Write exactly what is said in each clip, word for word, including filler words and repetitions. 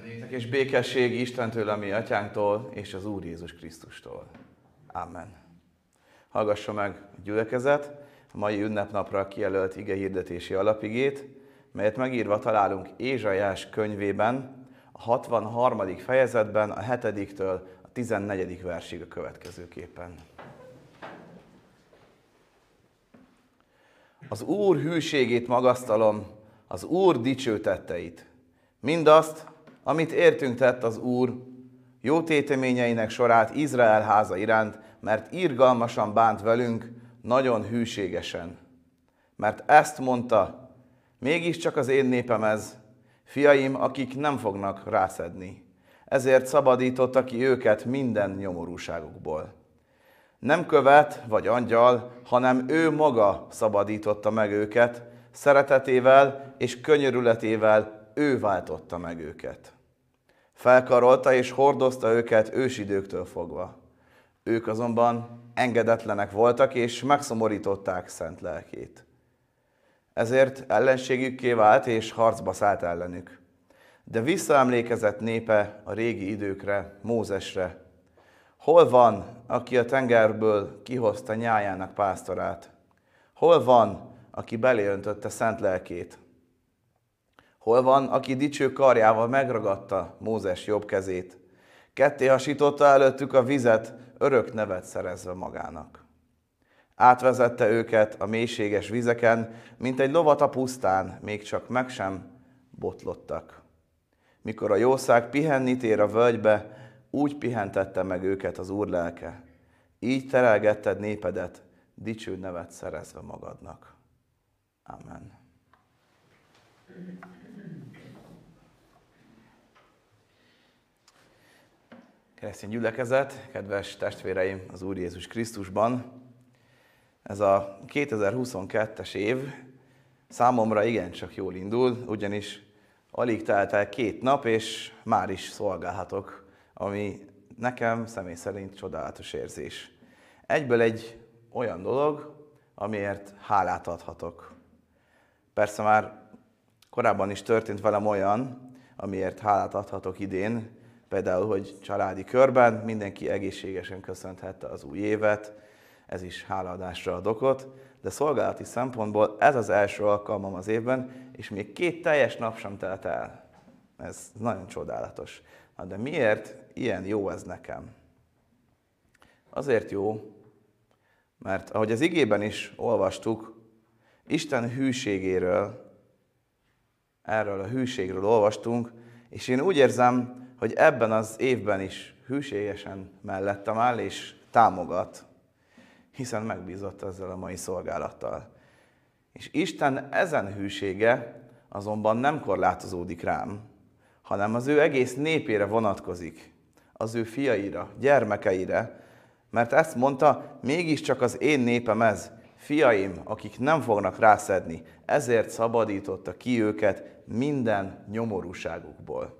Néktek és békesség Istentől, a mi atyánktól, és az Úr Jézus Krisztustól. Amen. Hallgassa meg a gyülekezet a mai ünnepnapra kijelölt igehirdetési alapigét, melyet megírva találunk Ézsaiás könyvében, a hatvanharmadik fejezetben, a hetediktől a tizennegyedik versig a következőképpen. Az Úr hűségét magasztalom, az Úr dicső tetteit. Mindazt, amit értünk tett az Úr, jó téteményeinek sorát Izrael háza iránt, mert irgalmasan bánt velünk, nagyon hűségesen. Mert ezt mondta, mégiscsak az én népem ez, fiaim, akik nem fognak rászedni. Ezért szabadította ki őket minden nyomorúságukból. Nem követ vagy angyal, hanem ő maga szabadította meg őket, szeretetével és könyörületével ő váltotta meg őket. Felkarolta és hordozta őket ősidőktől fogva. Ők azonban engedetlenek voltak és megszomorították szent lelkét. Ezért ellenségükké vált és harcba szállt ellenük. De visszaemlékezett népe a régi időkre, Mózesre. Hol van, aki a tengerből kihozta nyájának pásztorát? Hol van, aki beléöntötte szent lelkét? Hol van, aki dicső karjával megragadta Mózes jobb kezét? Ketté hasította előttük a vizet, örök nevet szerezve magának. Átvezette őket a mélységes vizeken, mint egy lovat a pusztán, még csak meg sem botlottak. Mikor a jószág pihenni tér a völgybe, úgy pihentette meg őket az Úr lelke. Így terelgetted népedet, dicső nevet szerezve magadnak. Amen. Keresztény gyülekezet, kedves testvéreim az Úr Jézus Krisztusban, ez a kétezer-huszonkettes év számomra igencsak jól indul, ugyanis alig telt el két nap, és már is szolgálhatok, ami nekem személy szerint csodálatos érzés. Egyből egy olyan dolog, amiért hálát adhatok. Persze már korábban is történt velem olyan, amiért hálát adhatok idén, például, hogy családi körben mindenki egészségesen köszönthette az új évet, ez is hálaadásra ad okot, de szolgálati szempontból ez az első alkalmam az évben, és még két teljes nap sem telt el. Ez nagyon csodálatos. Na de miért ilyen jó ez nekem? Azért jó, mert ahogy az igében is olvastuk, Isten hűségéről, erről a hűségről olvastunk, és én úgy érzem, hogy ebben az évben is hűségesen mellettem áll és támogat, hiszen megbízott ezzel a mai szolgálattal. És Isten ezen hűsége azonban nem korlátozódik rám, hanem az ő egész népére vonatkozik, az ő fiaira, gyermekeire, mert ezt mondta, mégiscsak az én népem ez, fiaim, akik nem fognak rászedni, ezért szabadította ki őket minden nyomorúságukból.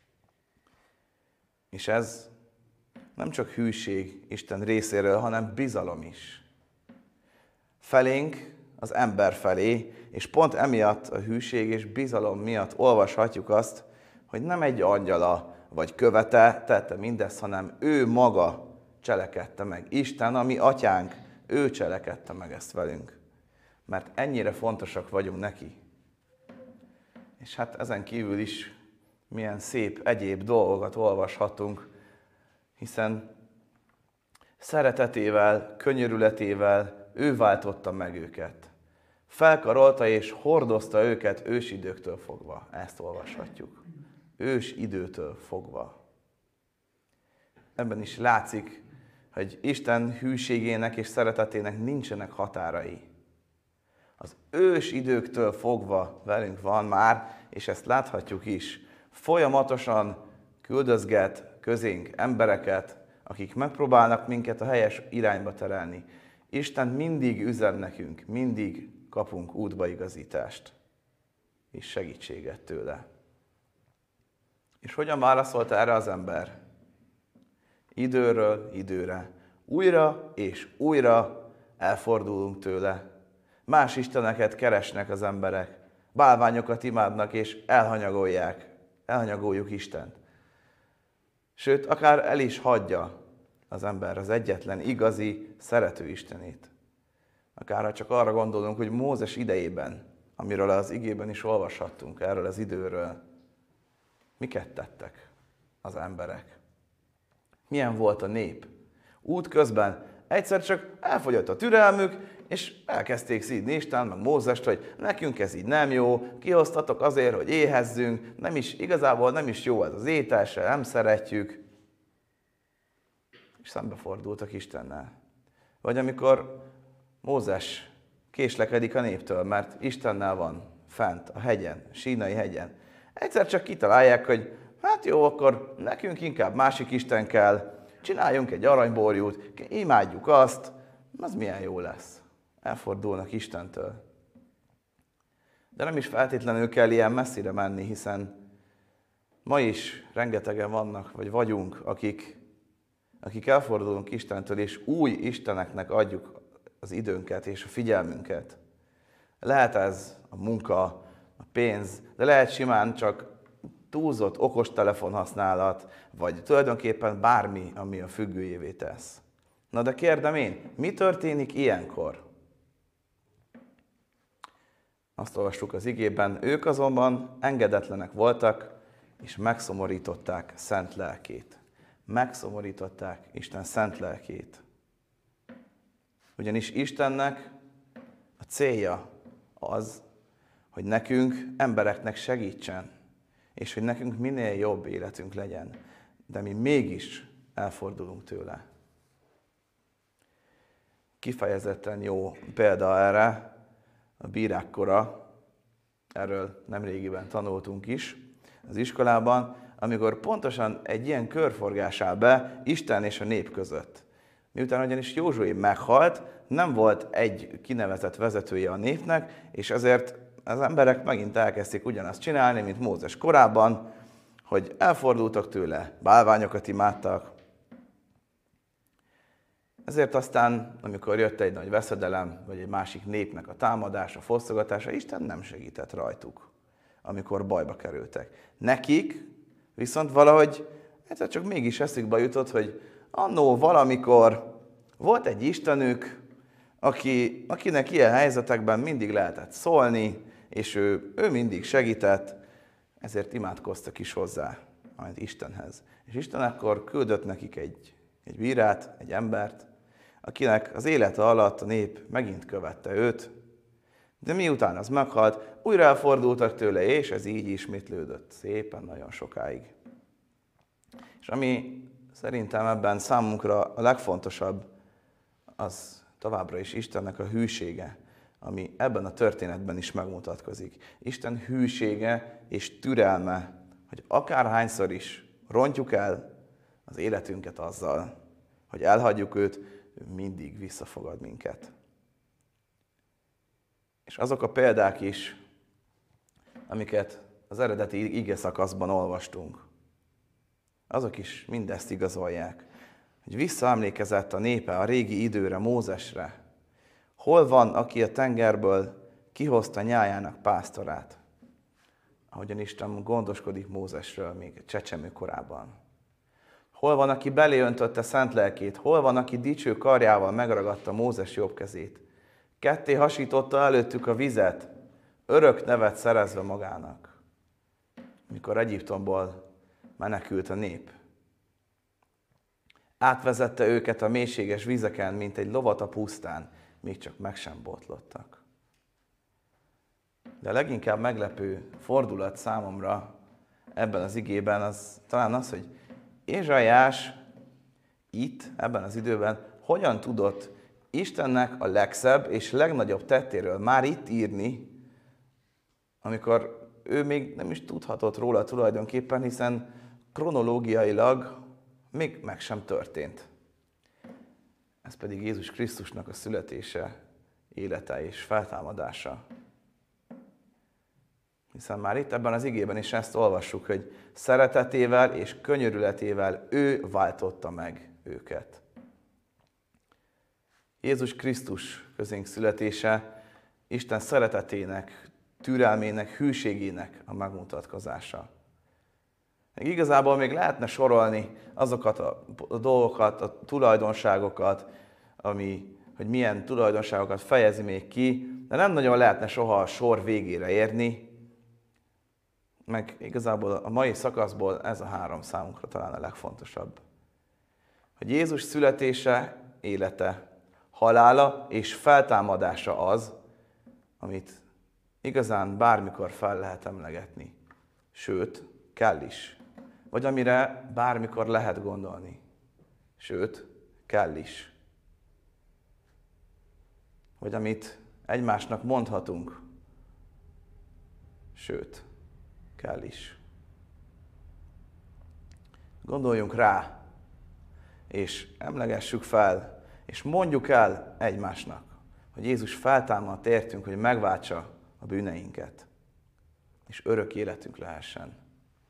És ez nem csak hűség Isten részéről, hanem bizalom is. Felénk, az ember felé, és pont emiatt a hűség és bizalom miatt olvashatjuk azt, hogy nem egy angyala vagy követe tette mindezt, hanem ő maga cselekedte meg. Isten, a mi atyánk, ő cselekedte meg ezt velünk. Mert ennyire fontosak vagyunk neki. És hát ezen kívül is milyen szép egyéb dolgokat olvashatunk, hiszen szeretetével, könyörületével ő váltotta meg őket. Felkarolta és hordozta őket ősidőktől fogva. Ezt olvashatjuk. Ős időtől fogva. Ebben is látszik, hogy Isten hűségének és szeretetének nincsenek határai. Az ős időktől fogva velünk van már, és ezt láthatjuk is. Folyamatosan küldözget közénk embereket, akik megpróbálnak minket a helyes irányba terelni. Isten mindig üzen nekünk, mindig kapunk útbaigazítást és segítséget tőle. És hogyan válaszolt erre az ember? Időről időre, újra és újra elfordulunk tőle. Más isteneket keresnek az emberek, bálványokat imádnak és elhanyagolják. elhanyagoljuk Istent. Sőt, akár el is hagyja az ember az egyetlen igazi, szerető Istenét. Akár ha csak arra gondolunk, hogy Mózes idejében, amiről az igében is olvashattunk, erről az időről, miket tettek az emberek? Milyen volt a nép? Útközben egyszer csak elfogyott a türelmük, és elkezdték szídni Isten, meg Mózest, hogy nekünk ez így nem jó, kihoztatok azért, hogy éhezzünk, nem is, igazából nem is jó ez az étel, se nem szeretjük. És szembefordultak Istennel. Vagy amikor Mózes késlekedik a néptől, mert Istennel van fent a hegyen, Sínai hegyen. Egyszer csak kitalálják, hogy hát jó, akkor nekünk inkább másik Isten kell, csináljunk egy aranyborjút, imádjuk azt, az milyen jó lesz. Elfordulnak Istentől. De nem is feltétlenül kell ilyen messzire menni, hiszen ma is rengetegen vannak, vagy vagyunk, akik, akik elfordulunk Istentől, és új isteneknek adjuk az időnket és a figyelmünket. Lehet ez a munka, a pénz, de lehet simán csak túlzott okostelefon használat, vagy tulajdonképpen bármi, ami a függőjévé tesz. Na de kérdem én, mi történik ilyenkor? Azt olvassuk az igében, ők azonban engedetlenek voltak, és megszomorították szent lelkét. Megszomorították Isten szent lelkét. Ugyanis Istennek a célja az, hogy nekünk, embereknek segítsen, és hogy nekünk minél jobb életünk legyen. De mi mégis elfordulunk tőle. Kifejezetten jó példa erre a bírák kora, erről nemrégiben tanultunk is az iskolában, amikor pontosan egy ilyen körforgás áll be Isten és a nép között. Miután ugyanis Józsué meghalt, nem volt egy kinevezett vezetője a népnek, és ezért az emberek megint elkezdték ugyanazt csinálni, mint Mózes korában, hogy elfordultak tőle, bálványokat imádtak. Ezért aztán, amikor jött egy nagy veszedelem, vagy egy másik népnek a támadása, fosztogatása, Isten nem segített rajtuk, amikor bajba kerültek. Nekik viszont valahogy egyszer csak mégis eszükbe jutott, hogy annó valamikor volt egy istenük, aki, akinek ilyen helyzetekben mindig lehetett szólni, és ő, ő mindig segített, ezért imádkoztak is hozzá, majd Istenhez. És Isten akkor küldött nekik egy, egy bírát, egy embert, akinek az élete alatt a nép megint követte őt, de miután az meghalt, újra elfordultak tőle, és ez így ismétlődött szépen nagyon sokáig. És ami szerintem ebben számunkra a legfontosabb, az továbbra is Istennek a hűsége, ami ebben a történetben is megmutatkozik. Isten hűsége és türelme, hogy akárhányszor is rontjuk el az életünket azzal, hogy elhagyjuk őt, ő mindig visszafogad minket. És azok a példák is, amiket az eredeti ige szakaszban olvastunk, azok is mindezt igazolják, hogy visszaemlékezett a népe a régi időre, Mózesre. Hol van, aki a tengerből kihozta nyájának pásztorát? Ahogyan Isten gondoskodik Mózesről még csecsemő korában. Hol van, aki beléöntötte szent lelkét? Hol van, aki dicső karjával megragadta Mózes jobb kezét? Ketté hasította előttük a vizet, örök nevet szerezve magának, mikor Egyiptomból menekült a nép. Átvezette őket a mélységes vizeken, mint egy lovat a pusztán, még csak meg sem botlottak. De a leginkább meglepő fordulat számomra ebben az igében az talán az, hogy Ézsaiás itt, ebben az időben hogyan tudott Istennek a legszebb és legnagyobb tettéről már itt írni, amikor ő még nem is tudhatott róla tulajdonképpen, hiszen kronológiailag még meg sem történt. Ez pedig Jézus Krisztusnak a születése, élete és feltámadása. Hiszen már itt ebben az igében is ezt olvassuk, hogy szeretetével és könyörületével ő váltotta meg őket. Jézus Krisztus közénk születése Isten szeretetének, türelmének, hűségének a megmutatkozása. Még igazából még lehetne sorolni azokat a dolgokat, a tulajdonságokat, ami, hogy milyen tulajdonságokat fejezi még ki, de nem nagyon lehetne soha a sor végére érni, meg igazából a mai szakaszból ez a három számunkra talán a legfontosabb. Hogy Jézus születése, élete, halála és feltámadása az, amit igazán bármikor fel lehet emlegetni. Sőt, kell is. Vagy amire bármikor lehet gondolni. Sőt, kell is. Vagy amit egymásnak mondhatunk. Sőt, kell is. Gondoljunk rá, és emlegessük fel, és mondjuk el egymásnak, hogy Jézus feltámadt értünk, hogy megváltsa a bűneinket, és örök életünk lehessen.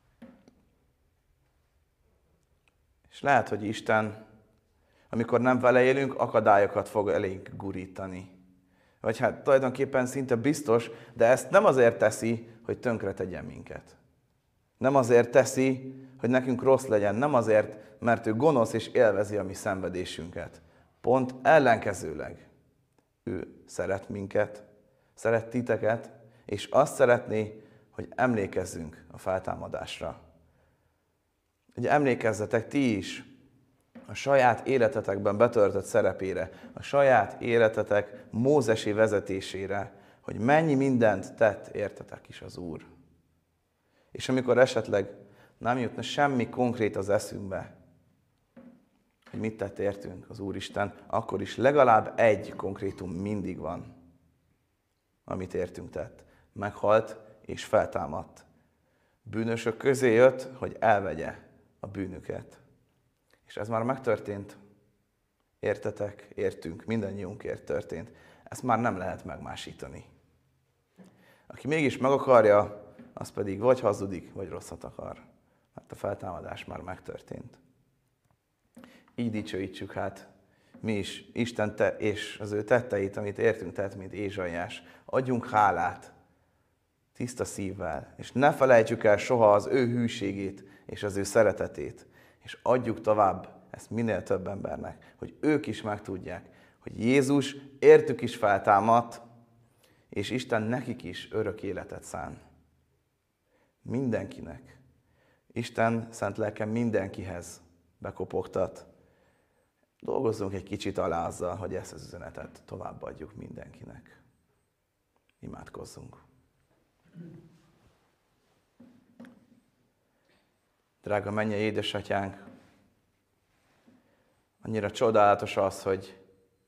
És lehet, hogy Isten, amikor nem vele élünk, akadályokat fog elénk gurítani. Vagy hát tulajdonképpen szinte biztos, de ezt nem azért teszi, hogy tönkre tegyen minket. Nem azért teszi, hogy nekünk rossz legyen, nem azért, mert ő gonosz és élvezi a mi szenvedésünket. Pont ellenkezőleg. Ő szeret minket, szeret titeket, és azt szeretné, hogy emlékezzünk a feltámadásra. Hogy emlékezzetek ti is a saját életetekben betöltött szerepére, a saját életetek mózesi vezetésére, hogy mennyi mindent tett értetek is az Úr. És amikor esetleg nem jutna semmi konkrét az eszünkbe, hogy mit tett értünk az Úristen, akkor is legalább egy konkrétum mindig van, amit értünk tett. Meghalt és feltámadt. Bűnösök közé jött, hogy elvegye a bűnüket. És ez már megtörtént. Értetek, értünk, mindannyiunkért történt. Ezt már nem lehet megmásítani. Aki mégis meg akarja, az pedig vagy hazudik, vagy rosszat akar. Mert a feltámadás már megtörtént. Így dicsőítsük hát mi is Isten te és az ő tetteit, amit értünk tett, mint Ézsaiás. Adjunk hálát tiszta szívvel, és ne felejtsük el soha az ő hűségét és az ő szeretetét, és adjuk tovább ezt minél több embernek, hogy ők is megtudják, hogy Jézus értük is feltámadt, és Isten nekik is örök életet szán. Mindenkinek. Isten szent lelke mindenkihez bekopogtat. Dolgozzunk egy kicsit alá azzal, hogy ezt az üzenetet továbbadjuk mindenkinek. Imádkozzunk. Drága mennyei édesatyánk, annyira csodálatos az, hogy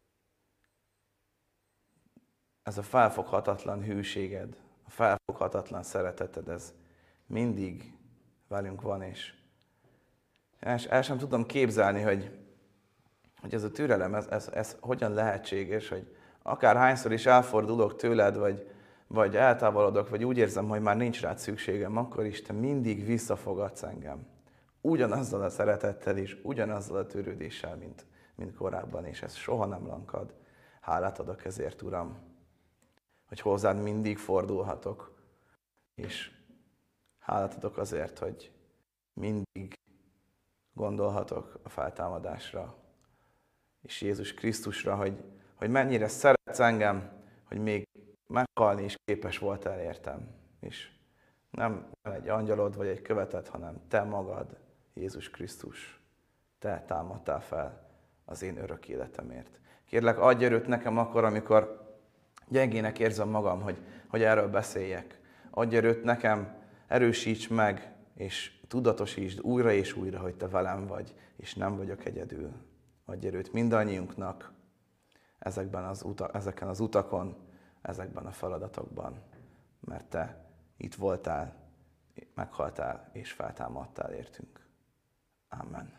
ez a felfoghatatlan hűséged, a felfoghatatlan szereteted, ez mindig velünk van, és el sem tudom képzelni, hogy, hogy ez a türelem, ez, ez, ez hogyan lehetséges, hogy akár hányszor is elfordulok tőled, vagy, vagy eltávolodok, vagy úgy érzem, hogy már nincs rád szükségem, akkor is te mindig visszafogadsz engem. Ugyanazzal a szeretettel és ugyanazzal a törődéssel, mint, mint korábban, és ez soha nem lankad. Hálát adok ezért, Uram, hogy hozzád mindig fordulhatok, és hálát adok azért, hogy mindig gondolhatok a feltámadásra, és Jézus Krisztusra, hogy, hogy mennyire szeretsz engem, hogy még meghalni is képes voltál értem. És nem egy angyalod vagy egy követed, hanem te magad, Jézus Krisztus, te támadtál fel az én örök életemért. Kérlek, adj erőt nekem akkor, amikor gyengének érzem magam, hogy, hogy erről beszéljek. Adj erőt nekem, erősíts meg, és tudatosítsd újra és újra, hogy te velem vagy, és nem vagyok egyedül. Adj erőt mindannyiunknak ezekben az uta, ezeken az utakon, ezekben a feladatokban, mert te itt voltál, meghaltál és feltámadtál értünk. Amen.